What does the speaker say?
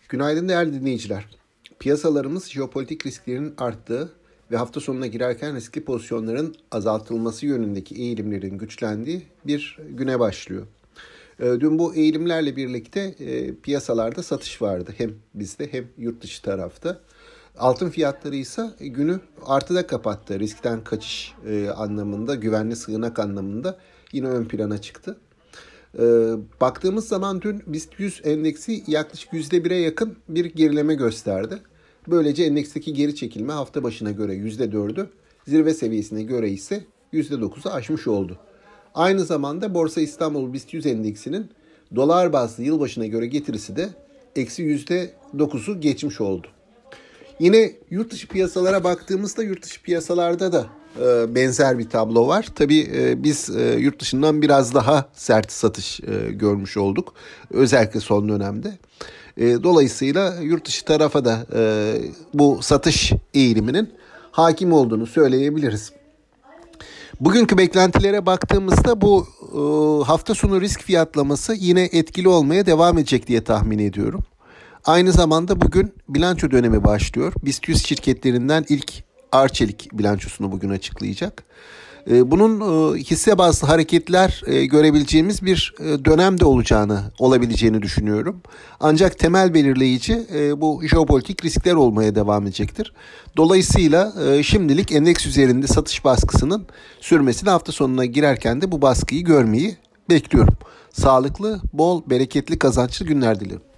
Günaydın değerli dinleyiciler. Piyasalarımız jeopolitik risklerin arttığı ve hafta sonuna girerken riskli pozisyonların azaltılması yönündeki eğilimlerin güçlendiği bir güne başlıyor. Dün bu eğilimlerle birlikte piyasalarda satış vardı. Hem bizde hem yurt dışı tarafta. Altın fiyatları ise günü artıda kapattı. Riskten kaçış anlamında, güvenli sığınak anlamında yine ön plana çıktı. Baktığımız zaman dün BIST 100 endeksi yaklaşık %1'e yakın bir gerileme gösterdi. Böylece endeksteki geri çekilme hafta başına göre %4'ü, zirve seviyesine göre ise %9'u aşmış oldu. Aynı zamanda Borsa İstanbul BIST 100 endeksinin dolar bazlı yılbaşına göre getirisi de eksi %9'u geçmiş oldu. Yine yurt dışı piyasalara baktığımızda yurt dışı piyasalarda da benzer bir tablo var. Tabii biz yurt dışından biraz daha sert satış görmüş olduk. Özellikle son dönemde. Dolayısıyla yurt dışı tarafa da bu satış eğiliminin hakim olduğunu söyleyebiliriz. Bugünkü beklentilere baktığımızda bu hafta sonu risk fiyatlaması yine etkili olmaya devam edecek diye tahmin ediyorum. Aynı zamanda bugün bilanço dönemi başlıyor. BIST 100 şirketlerinden ilk Arçelik bilançosunu bugün açıklayacak. Bunun hisse bazlı hareketler görebileceğimiz bir dönem de olabileceğini düşünüyorum. Ancak temel belirleyici bu jeopolitik riskler olmaya devam edecektir. Dolayısıyla şimdilik endeks üzerinde satış baskısının sürmesini, hafta sonuna girerken de bu baskıyı görmeyi bekliyorum. Sağlıklı, bol, bereketli, kazançlı günler dilerim.